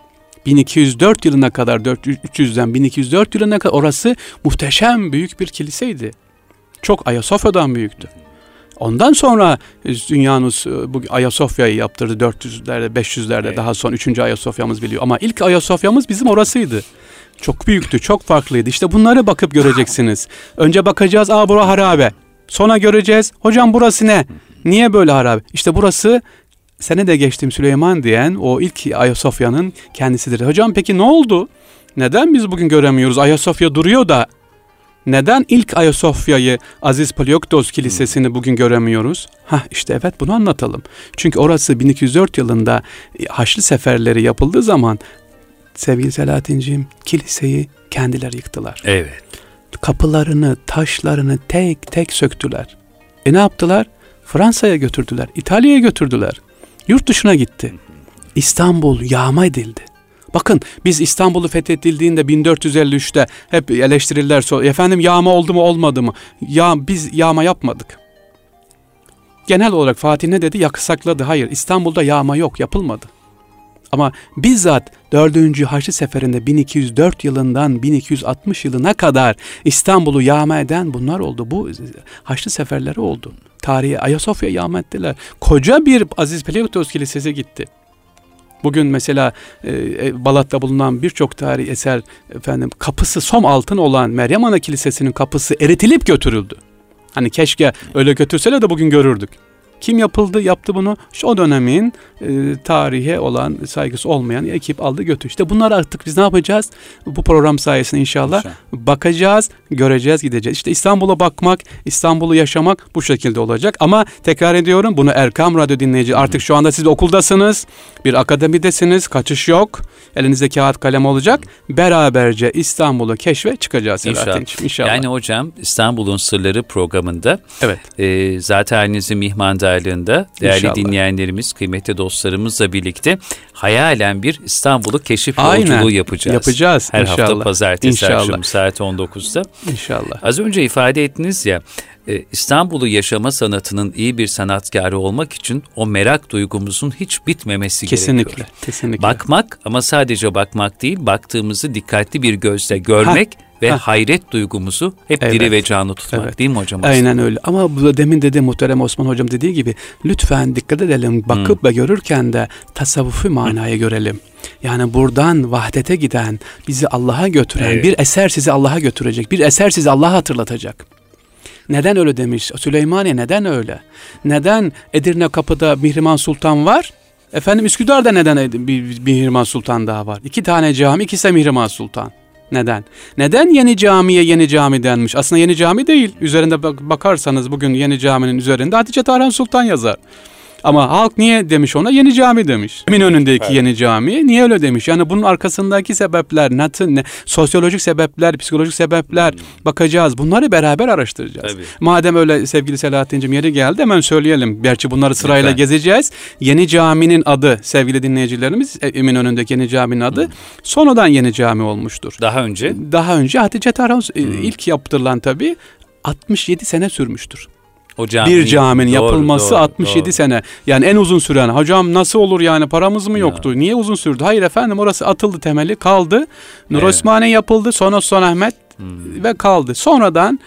1204 yılına kadar, 300'den 1204 yılına kadar orası muhteşem büyük bir kiliseydi. Çok Ayasofya'dan büyüktü. Ondan sonra dünyanın bu Ayasofya'yı yaptırdı 400'lerde 500'lerde, evet. Daha sonra 3. Ayasofya'mız biliyor. Ama ilk Ayasofya'mız bizim orasıydı. Çok büyüktü, çok farklıydı. İşte bunları bakıp göreceksiniz. Önce bakacağız, bura harabe. Sonra göreceğiz, hocam burası ne? Niye böyle harabe? İşte burası sene de geçtim Süleyman diyen o ilk Ayasofya'nın kendisidir. Hocam peki ne oldu? Neden biz bugün göremiyoruz? Ayasofya duruyor da neden ilk Ayasofya'yı, Aziz Poliaktos Kilisesi'ni bugün göremiyoruz? İşte evet, bunu anlatalım. Çünkü orası 1204 yılında Haçlı seferleri yapıldığı zaman sevgili Selahattin'ciğim kiliseyi kendileri yıktılar. Evet. Kapılarını, taşlarını tek tek söktüler. Ne yaptılar? Fransa'ya götürdüler, İtalya'ya götürdüler. Yurt dışına gitti. İstanbul yağma edildi. Bakın biz İstanbul'u fethedildiğinde 1453'te hep eleştiriler, efendim yağma oldu mu olmadı mı? Ya biz yağma yapmadık. Genel olarak Fatih ne dedi? Yasakladı. Hayır, İstanbul'da yağma yok, yapılmadı. Ama bizzat 4. Haçlı Seferi'nde 1204 yılından 1260 yılına kadar İstanbul'u yağma eden bunlar oldu. Bu Haçlı Seferleri oldu. Tarihi Ayasofya yağma ettiler. Koca bir Aziz Peleotos Kilisesi gitti. Bugün mesela Balat'ta bulunan birçok tarihi eser, kapısı som altın olan Meryem Ana Kilisesi'nin kapısı eritilip götürüldü. Hani keşke öyle götürseler de bugün görürdük. Kim yaptı bunu? İşte o dönemin tarihe olan saygısı olmayan ekip aldı götürdü. İşte bunları artık biz ne yapacağız? Bu program sayesinde inşallah bakacağız, göreceğiz, gideceğiz. İşte İstanbul'a bakmak, İstanbul'u yaşamak bu şekilde olacak. Ama tekrar ediyorum, bunu Erkam Radyo dinleyici, artık şu anda siz de okuldasınız, bir akademidesiniz, kaçış yok. Elinizde kağıt kalem olacak. Beraberce İstanbul'u keşfe çıkacağız. İnşallah. Yani hocam, İstanbul'un Sırları programında zaten halinizin mihmandarlığında değerli dinleyenlerimiz, kıymetli dostlarımızla birlikte hayalen bir İstanbul'u keşif yolculuğu yapacağız. Her inşallah. hafta pazartesi akşam saat 19'da. İnşallah. Az önce ifade ettiniz ya, İstanbul'u yaşama sanatının iyi bir sanatkarı olmak için o merak duygumuzun hiç bitmemesi gerekiyor. Kesinlikle. Bakmak, ama sadece bakmak değil, baktığımızı dikkatli bir gözle görmek ve hayret duygumuzu hep diri ve canlı tutmak, değil mi hocam? Aynen öyle. Ama bu demin dedi muhterem Osman hocam dediği gibi, lütfen dikkat edelim. Bakıp ve görürken de tasavvufi manayı görelim. Yani buradan vahdete giden, bizi Allah'a götüren bir eser sizi Allah'a götürecek. Bir eser sizi Allah'a hatırlatacak. Neden öyle demiş Süleymaniye? Neden öyle? Neden Edirne Kapı'da Mihrimah Sultan var? Üsküdar'da neden bir Mihrimah Sultan daha var? 2 tane cami, ikisi de Mihrimah Sultan. Neden? Neden yeni camiye yeni cami denmiş? Aslında yeni cami değil. Üzerinde bakarsanız bugün yeni caminin üzerinde Hatice Tarhan Sultan yazar. Ama halk niye demiş ona? Yeni cami demiş. Eminönü'ndeki yeni cami niye öyle demiş? Yani bunun arkasındaki sebepler, sosyolojik sebepler, psikolojik sebepler bakacağız. Bunları beraber araştıracağız. Tabii. Madem öyle sevgili Selahattin'cim, yeri geldi, hemen söyleyelim. Gerçi bunları sırayla gezeceğiz. Yeni caminin adı, sevgili dinleyicilerimiz, Eminönü'ndeki yeni caminin adı sonradan yeni cami olmuştur. Daha önce Hatice Tarhan ilk yaptırılan tabii 67 sene sürmüştür. Bir caminin yapılması 67 sene. Yani en uzun süren. Hocam nasıl olur yani, paramız mı yoktu? Niye uzun sürdü? Hayır efendim, orası atıldı, temeli kaldı. Nur Osmaniye yapıldı. Sonra Sultan Ahmet ve kaldı. Sonradan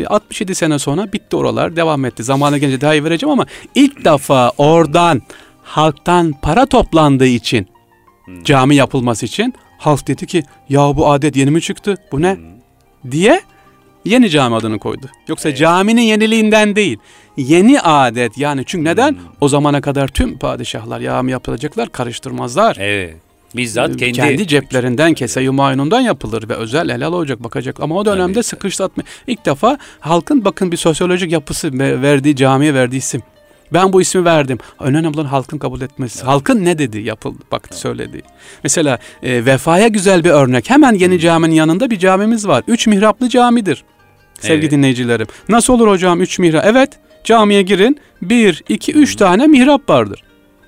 67 sene sonra bitti oralar. Devam etti. Zamanı gelince daha iyi vereceğim ama ilk defa oradan halktan para toplandığı için, cami yapılması için halk dedi ki ya bu adet yeni mi çıktı? Bu ne? Diye yeni cami adını koydu. Yoksa caminin yeniliğinden değil. Yeni adet yani, çünkü neden? O zamana kadar tüm padişahlar cami yapılacaklar, karıştırmazlar. Evet. Bizzat kendi ceplerinden, kese-i mayunundan yapılır ve özel helal olacak, bakacak. Ama o dönemde sıkıştırma. İlk defa halkın bakın bir sosyolojik yapısı verdiği, camiye verdiği isim. Ben bu ismi verdim. Önemli olan halkın kabul etmesi. Evet. Halkın ne dedi? Yapıldı. Baktı, söyledi. Mesela Vefa'ya güzel bir örnek. Hemen yeni caminin yanında bir camimiz var. 3 mihraplı camidir. Sevgili dinleyicilerim. Nasıl olur hocam 3 mihrap? Evet. Camiye girin. 1, 2, 3 tane mihrap vardır.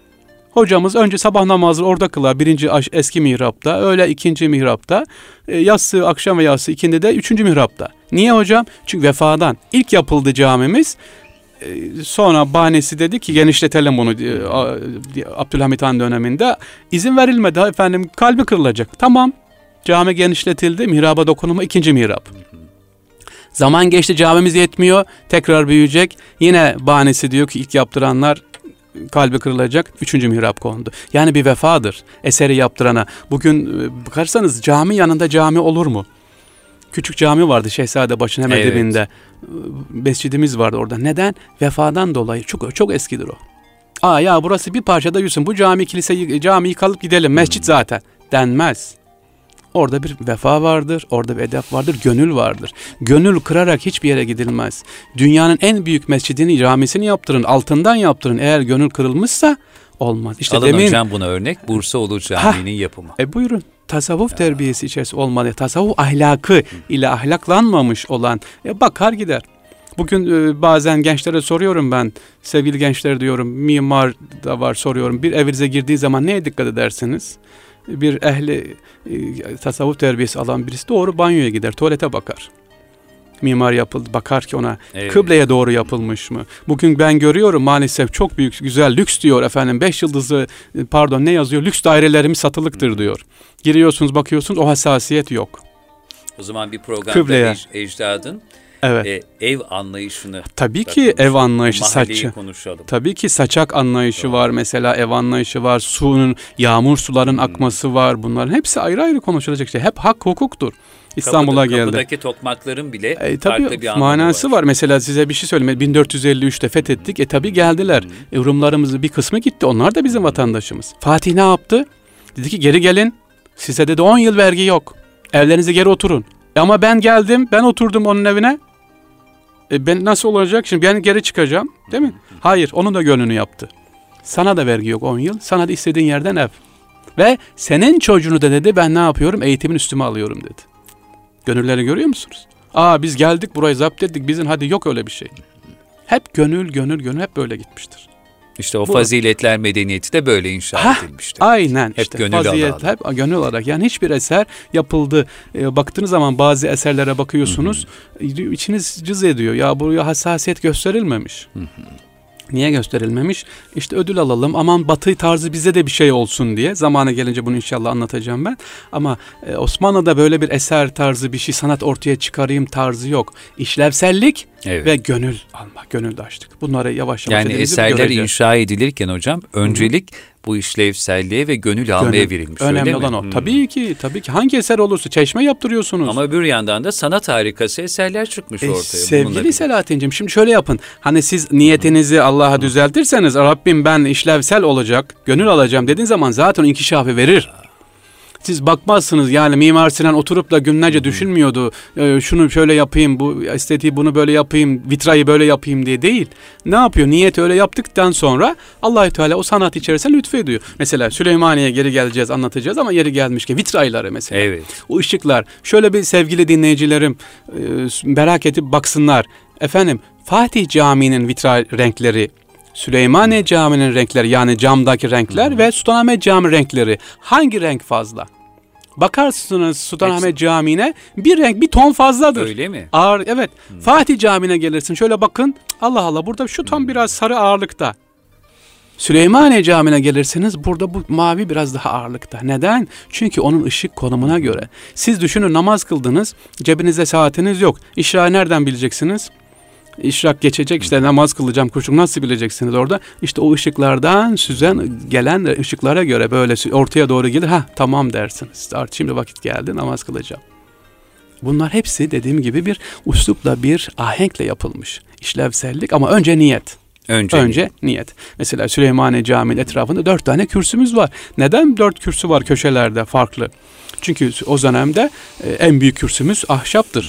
Hocamız önce sabah namazı orada kılar. 1. eski mihrapta. Öğle 2. mihrapta. Yatsı, akşam ve yatsı 2'de de 3. mihrapta. Niye hocam? Çünkü Vefa'dan ilk yapıldı camimiz. Sonra bahanesi dedi ki genişletelim bunu. Abdülhamit Han döneminde izin verilmedi. Efendim kalbi kırılacak. Tamam. Cami genişletildi. Mihraba dokunulma 2. mihrap. Zaman geçti, camimiz yetmiyor. Tekrar büyüyecek. Yine bahanesi diyor ki ilk yaptıranlar kalbi kırılacak. 3. mihrap kondu. Yani bir vefadır eseri yaptırana. Bugün bakarsanız cami yanında cami olur mu? Küçük cami vardı Şehzadebaşı'nın hemen dibinde. Mescidimiz vardı orada. Neden? Vefadan dolayı. Çok eskidir o. Ya burası bir parçada yüzsün. Bu camiyi kalıp gidelim. Mescit zaten denmez. Orada bir vefa vardır, orada bir edep vardır, gönül vardır. Gönül kırarak hiçbir yere gidilmez. Dünyanın en büyük mescidini, camisini yaptırın, altından yaptırın. Eğer gönül kırılmışsa olmaz. İşte alın hocam buna örnek Bursaulu Camii'nin yapımı. Buyurun. Tasavvuf terbiyesi içerisinde olmalı. Tasavvuf ahlakı ile ahlaklanmamış olan bakar gider. Bugün bazen gençlere soruyorum ben, sevgili gençler diyorum, mimar da var, soruyorum. Bir evinize girdiği zaman neye dikkat edersiniz? bir ehli tasavvuf terbiyesi alan birisi doğru banyoya gider, tuvalete bakar. Mimar yapıldı, bakar ki ona kıbleye doğru yapılmış mı? Bugün ben görüyorum maalesef çok büyük, güzel, lüks diyor efendim. 5 yıldızlı, ne yazıyor? Lüks dairelerimiz satılıktır diyor. Giriyorsunuz, bakıyorsunuz, o hassasiyet yok. O zaman bir programda ecdadın ev anlayışını. Tabii ki ev anlayışı, konuşalım. Tabii ki saçak anlayışı var mesela, ev anlayışı var, yağmur suların akması var. Bunların hepsi ayrı ayrı konuşulacak şey. Hep hak hukuktur. İstanbul'a geldi. Kapıdaki tokmakların bile farklı bir manası var. Mesela size bir şey söyleyeyim. 1453'te fethettik. Tabii geldiler. Rumlarımızın bir kısmı gitti. Onlar da bizim vatandaşımız. Fatih ne yaptı? Dedi ki geri gelin. Size dedi 10 yıl vergi yok. Evlerinize geri oturun. Ama ben geldim. Ben oturdum onun evine. Ben nasıl olacak? Şimdi ben geri çıkacağım. Değil mi? Hayır. Onun da gönlünü yaptı. Sana da vergi yok 10 yıl. Sana da istediğin yerden ev. Ve senin çocuğunu da dedi ben ne yapıyorum? Eğitimin üstüme alıyorum dedi. Gönülleri görüyor musunuz? Biz geldik burayı zapt ettik. Bizim hadi yok öyle bir şey. Hep gönül hep böyle gitmiştir. İşte o faziletler medeniyeti de böyle inşa edilmiştir. Aynen. Hep işte, gönül hep gönül olarak. Yani hiçbir eser yapıldı. Baktığınız zaman bazı eserlere bakıyorsunuz. İçiniz cız ediyor. Ya buraya hassasiyet gösterilmemiş. Niye gösterilmemiş? İşte ödül alalım. Aman Batı tarzı bize de bir şey olsun diye. Zamanı gelince bunu inşallah anlatacağım ben. Ama Osmanlı'da böyle bir eser tarzı bir şey, sanat ortaya çıkarayım tarzı yok. İşlevsellik ve gönül almak, gönül açtık. Bunları yavaş yavaş yani eserler inşa edilirken hocam öncelik bu işlevselliğe ve gönül almaya verilmiş. Önemli olan o. Tabii ki hangi eser olursa çeşme yaptırıyorsunuz. Ama bir yandan da sanat harikası eserler çıkmış ortaya. Sevgili Selahattin'cim şimdi şöyle yapın. Hani siz niyetinizi Allah'a düzeltirseniz Rabbim ben işlevsel olacak, gönül alacağım dediğin zaman zaten o inkişafı verir. Siz bakmazsınız yani Mimar Sinan oturup da günlerce düşünmüyordu. Şunu şöyle yapayım, bu estetiği bunu böyle yapayım, vitrayı böyle yapayım diye değil. Ne yapıyor? Niyeti öyle yaptıktan sonra Allah-u Teala o sanat içerisine lütfediyor. Mesela Süleymaniye'ye geri geleceğiz, anlatacağız ama yeri gelmişken vitrayları mesela. Evet. O ışıklar. Şöyle bir sevgili dinleyicilerim merak edip baksınlar. Efendim Fatih Camii'nin vitray renkleri, Süleymaniye Camii'nin renkleri yani camdaki renkler ve Sultanahmet Camii renkleri hangi renk fazla? Bakarsınız Sultanahmet Camii'ne bir renk bir ton fazladır. Öyle mi? Ağır, evet. Fatih Camii'ne gelirsin şöyle bakın Allah Allah burada şu tam biraz sarı ağırlıkta. Süleymaniye Camii'ne gelirsiniz burada bu mavi biraz daha ağırlıkta. Neden? Çünkü onun ışık konumuna göre. Siz düşünün namaz kıldınız cebinizde saatiniz yok. İşrağı nereden bileceksiniz? İşrak geçecek işte namaz kılacağım kuşluk nasıl bileceksiniz orada? İşte o ışıklardan gelen ışıklara göre böyle ortaya doğru gelir. Tamam dersiniz. Artık şimdi vakit geldi namaz kılacağım. Bunlar hepsi dediğim gibi bir üslupla bir ahenkle yapılmış. İşlevsellik ama önce niyet. Önce niyet. Mesela Süleymaniye Camii'nin etrafında 4 tane kürsümüz var. Neden 4 kürsü var köşelerde farklı? Çünkü o dönemde en büyük kürsümüz ahşaptır.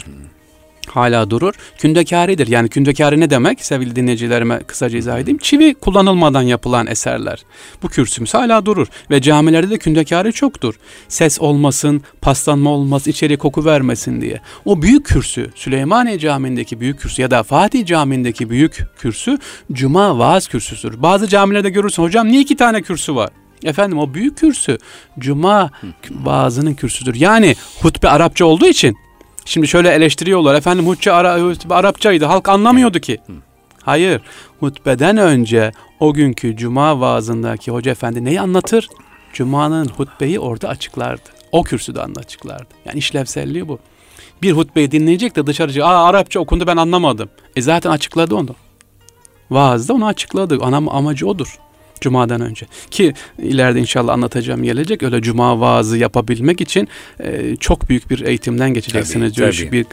Hala durur. Kündekâridir. Yani kündekâri ne demek? Sevgili dinleyicilerime kısaca izah edeyim. Çivi kullanılmadan yapılan eserler. Bu kürsümüz hala durur. Ve camilerde de kündekâri çoktur. Ses olmasın, paslanma olmaz, içeri koku vermesin diye. O büyük kürsü, Süleymaniye Camii'ndeki büyük kürsü ya da Fatih Camii'ndeki büyük kürsü cuma vaaz kürsüsüdür. Bazı camilerde görürsün hocam niye 2 tane kürsü var? Efendim o büyük kürsü cuma vaazının kürsüdür. Yani hutbe Arapça olduğu için şimdi şöyle eleştiriyorlar. Efendim hutbe Arapçaydı. Halk anlamıyordu ki. Hayır. Hutbeden önce o günkü cuma vaazındaki hoca efendi neyi anlatır? Cuma'nın hutbeyi orada açıklardı. O kürsüde açıklardı. Yani işlevselliği bu. Bir hutbeyi dinleyecek de dışarıca Arapça okundu ben anlamadım. Zaten açıkladı onu. Vaazda onu açıkladı. Amacı odur. Cumadan önce. Ki ileride inşallah anlatacağım gelecek. Öyle cuma vaazı yapabilmek için çok büyük bir eğitimden geçeceksiniz. Tabii. Bir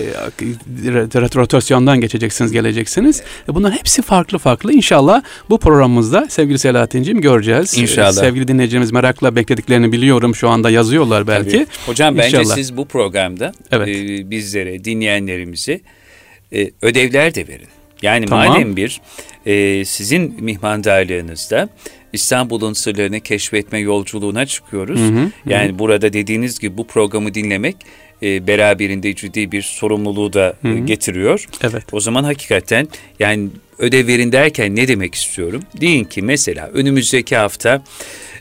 rotasyondan geleceksiniz. Bunların hepsi farklı. İnşallah bu programımızda sevgili Selahattin'ciğim göreceğiz. İnşallah. Sevgili dinleyicilerimiz merakla beklediklerini biliyorum. Şu anda yazıyorlar belki. Tabii. Hocam bence İnşallah. Siz bu programda bizlere, dinleyenlerimize ödevler de verin. Yani madem sizin mihmandarlığınızda İstanbul'un sırlarını keşfetme yolculuğuna çıkıyoruz. Yani burada dediğiniz gibi bu programı dinlemek beraberinde ciddi bir sorumluluğu da getiriyor. Evet. O zaman hakikaten yani ödev verin derken ne demek istiyorum? Deyin ki mesela önümüzdeki hafta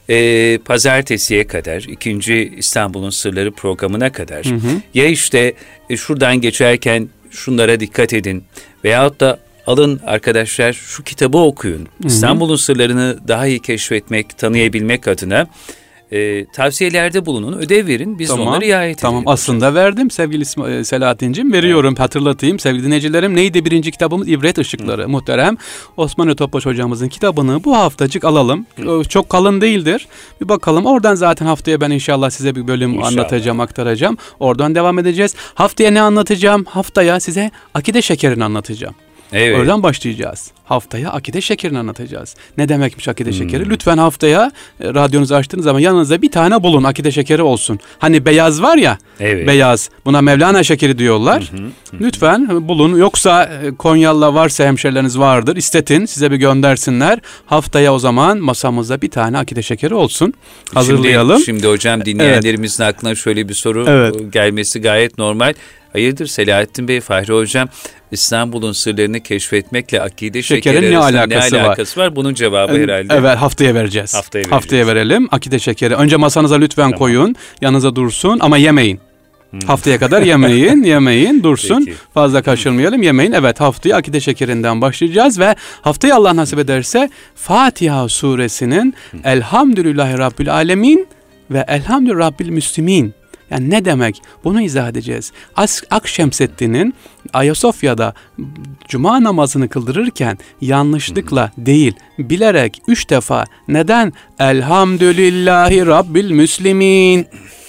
pazartesiye kadar, 2. İstanbul'un Sırları programına kadar ya işte şuradan geçerken şunlara dikkat edin veyahut da alın arkadaşlar şu kitabı okuyun. İstanbul'un sırlarını daha iyi keşfetmek, tanıyabilmek adına tavsiyelerde bulunun, ödev verin. Biz onları riayet edelim. Tamam, aslında verdim sevgili Selahattin'cim. Veriyorum, hatırlatayım sevgili dinleyicilerim. Neydi birinci kitabımız? İbret Işıkları. Muhterem Osman Topbaş hocamızın kitabını bu haftacık alalım. Çok kalın değildir. Bir bakalım. Oradan zaten haftaya ben inşallah size bir bölüm anlatacağım, aktaracağım. Oradan devam edeceğiz. Haftaya ne anlatacağım? Haftaya size akide şekerini anlatacağım. Evet. Oradan başlayacağız. Haftaya akide şekerini anlatacağız. Ne demekmiş akide şekeri? Lütfen haftaya radyonuzu açtığınız zaman yanınızda bir tane bulun, akide şekeri olsun. Hani beyaz var ya, beyaz. Buna Mevlana şekeri diyorlar. Lütfen bulun. Yoksa Konyalı'da varsa hemşerileriniz vardır. İstetin, size bir göndersinler. Haftaya o zaman masamızda bir tane akide şekeri olsun. Hazırlayalım. Şimdi hocam dinleyenlerimizin aklına şöyle bir soru gelmesi gayet normal. Hayırdır Selahattin Bey, Fahri Hocam, İstanbul'un sırlarını keşfetmekle akide şekeri ne alakası var? Bunun cevabı herhalde. Evet, haftaya vereceğiz. Haftaya verelim. Akide şekeri. Önce masanıza lütfen koyun. Yanınıza dursun ama yemeyin. Haftaya kadar yemeyin dursun. Peki. Fazla kaçırmayalım, yemeyin. Evet, haftaya akide şekerinden başlayacağız ve haftaya Allah nasip ederse Fatiha suresinin Elhamdülillahi Rabbil Alemin ve Elhamdülillah Rabbil Müslimin. Yani ne demek? Bunu izah edeceğiz. Akşemseddin'in Ayasofya'da cuma namazını kıldırırken yanlışlıkla değil, bilerek 3 defa neden Elhamdülillahi Rabbil Müslimin,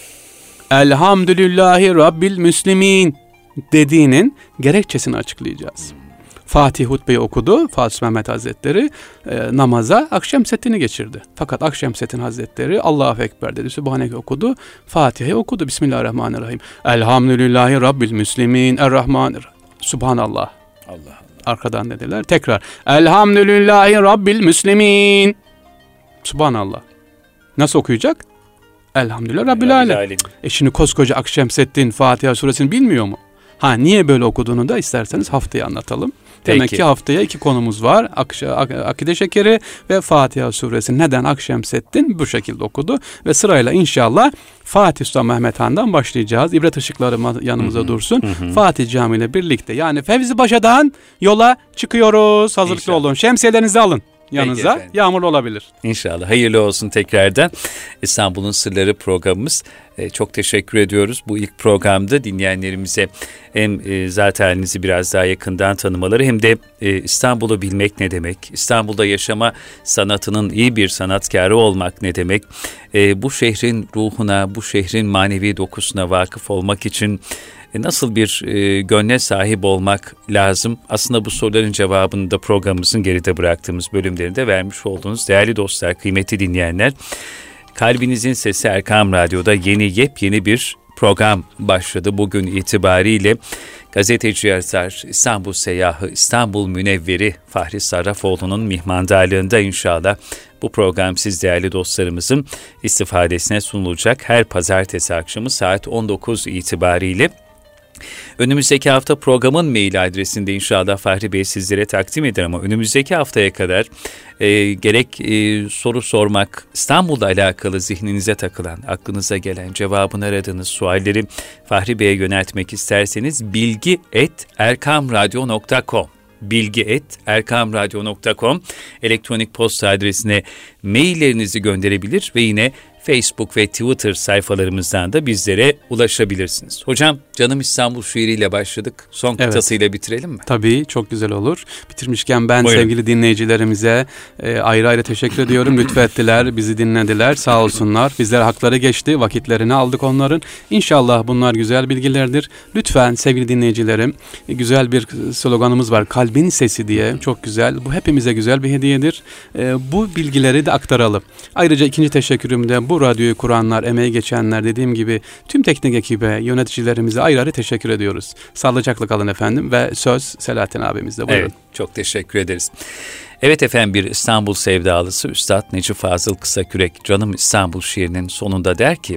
Elhamdülillahi Rabbil Müslimin dediğinin gerekçesini açıklayacağız. Fatih hutbeyi okudu. Fatih Mehmet Hazretleri namaza Akşemseddin'i geçirdi. Fakat Akşemseddin Hazretleri Allahu Ekber dedi. Sübhaneke okudu. Fatiha'yı okudu. Bismillahirrahmanirrahim. Elhamdülillahi Rabbil Müslimin. Errahmanirrahim. Subhanallah. Allah. Arkadan dediler. Tekrar. Elhamdülillahi Rabbil Müslimin. Subhanallah. Nasıl okuyacak? Elhamdülillah Rabbil Alemin. Şimdi koskoca Akşemseddin Fatiha suresini bilmiyor mu? Niye böyle okuduğunu da isterseniz haftaya anlatalım. Demek ki haftaya 2 konumuz var. Akide şekeri ve Fatiha suresi. Neden Akşemseddin bu şekilde okudu? Ve sırayla inşallah Fatih Sultan Mehmet Han'dan başlayacağız. İbret ışıkları yanımıza dursun. Fatih Camii ile birlikte, yani Fevzi Paşa'dan yola çıkıyoruz. Hazırlıklı olun. Şemsiyelerinizi alın yanınıza. Yağmur olabilir. İnşallah. Hayırlı olsun tekrardan. İstanbul'un Sırları programımız. Çok teşekkür ediyoruz. Bu ilk programda dinleyenlerimize hem zat halinizi biraz daha yakından tanımaları hem de İstanbul'u bilmek ne demek, İstanbul'da yaşama sanatının iyi bir sanatkarı olmak ne demek, bu şehrin ruhuna, bu şehrin manevi dokusuna vakıf olmak için nasıl bir gönle sahip olmak lazım? Aslında bu soruların cevabını da programımızın geride bıraktığımız bölümlerinde vermiş olduğunuz değerli dostlar, kıymetli dinleyenler. Kalbinizin Sesi Erkam Radyo'da yepyeni bir program başladı. Bugün itibariyle gazeteci yazar, İstanbul seyyahı, İstanbul münevveri Fahri Sarrafoğlu'nun mihmandarlığında inşallah bu program siz değerli dostlarımızın istifadesine sunulacak. Her pazartesi akşamı saat 19 itibariyle. Önümüzdeki hafta programın mail adresinde inşallah Fahri Bey sizlere takdim eder ama önümüzdeki haftaya kadar gerek soru sormak, İstanbul'la alakalı zihninize takılan, aklınıza gelen, cevabını aradığınız sualleri Fahri Bey'e yöneltmek isterseniz bilgi@erkamradyo.com bilgi@erkamradyo.com elektronik posta adresine maillerinizi gönderebilir ve yine Facebook ve Twitter sayfalarımızdan da bizlere ulaşabilirsiniz. Hocam, Canım İstanbul şiiriyle başladık. Son kıtasıyla bitirelim mi? Tabii, çok güzel olur. Bitirmişken ben sevgili dinleyicilerimize ayrı ayrı teşekkür ediyorum. Lütfettiler, bizi dinlediler. Sağ olsunlar. Bizler hakları geçti. Vakitlerini aldık onların. İnşallah bunlar güzel bilgilerdir. Lütfen sevgili dinleyicilerim, güzel bir sloganımız var. Kalbin Sesi diye. Çok güzel. Bu hepimize güzel bir hediyedir. Bu bilgileri de aktaralım. Ayrıca ikinci teşekkürüm de bu radyoyu kuranlar, emeği geçenler, dediğim gibi tüm teknik ekibe, yöneticilerimize ayrı ayrı teşekkür ediyoruz. Sağlıcakla kalın efendim ve söz Selahattin abimizde. Buyurun. Evet, çok teşekkür ederiz. Evet efendim, bir İstanbul sevdalısı Üstad Necip Fazıl Kısakürek Canım İstanbul şiirinin sonunda der ki: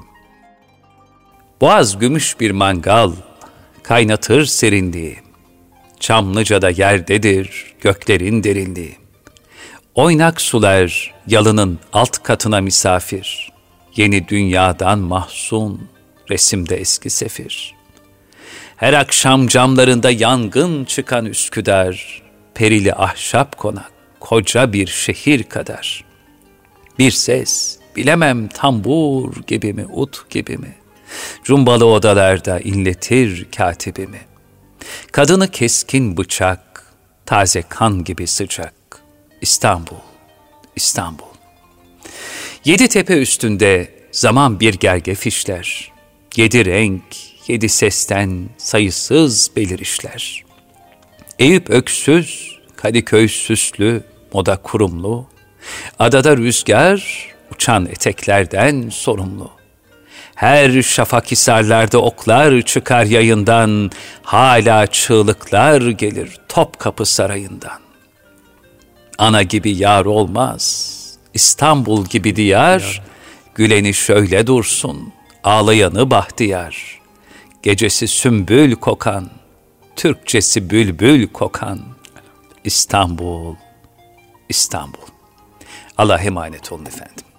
Boğaz gümüş bir mangal, kaynatır serinliği, Çamlıca'da yerdedir göklerin derinliği. Oynak sular yalının alt katına misafir, yeni dünyadan mahzun, resimde eski sefir. Her akşam camlarında yangın çıkan Üsküdar, perili ahşap konak, koca bir şehir kadar. Bir ses, bilemem tambur gibi mi, ut gibi mi, cumbalı odalarda inletir katibimi. Kadını keskin bıçak, taze kan gibi sıcak. İstanbul, İstanbul. Yedi tepe üstünde zaman bir gergef işler. Yedi renk, yedi sesten sayısız belirişler. Eyüp öksüz, Kadıköy süslü, moda kurumlu. Adada rüzgar, uçan eteklerden sorumlu. Her şafakhisarlarda oklar çıkar yayından, hala çığlıklar gelir Topkapı Sarayı'ndan. Ana gibi yar olmaz, İstanbul gibi diyar, güleni şöyle dursun, ağlayanı bahtiyar. Gecesi sümbül kokan, Türkçesi bülbül kokan, İstanbul, İstanbul. Allah'a emanet olun efendim.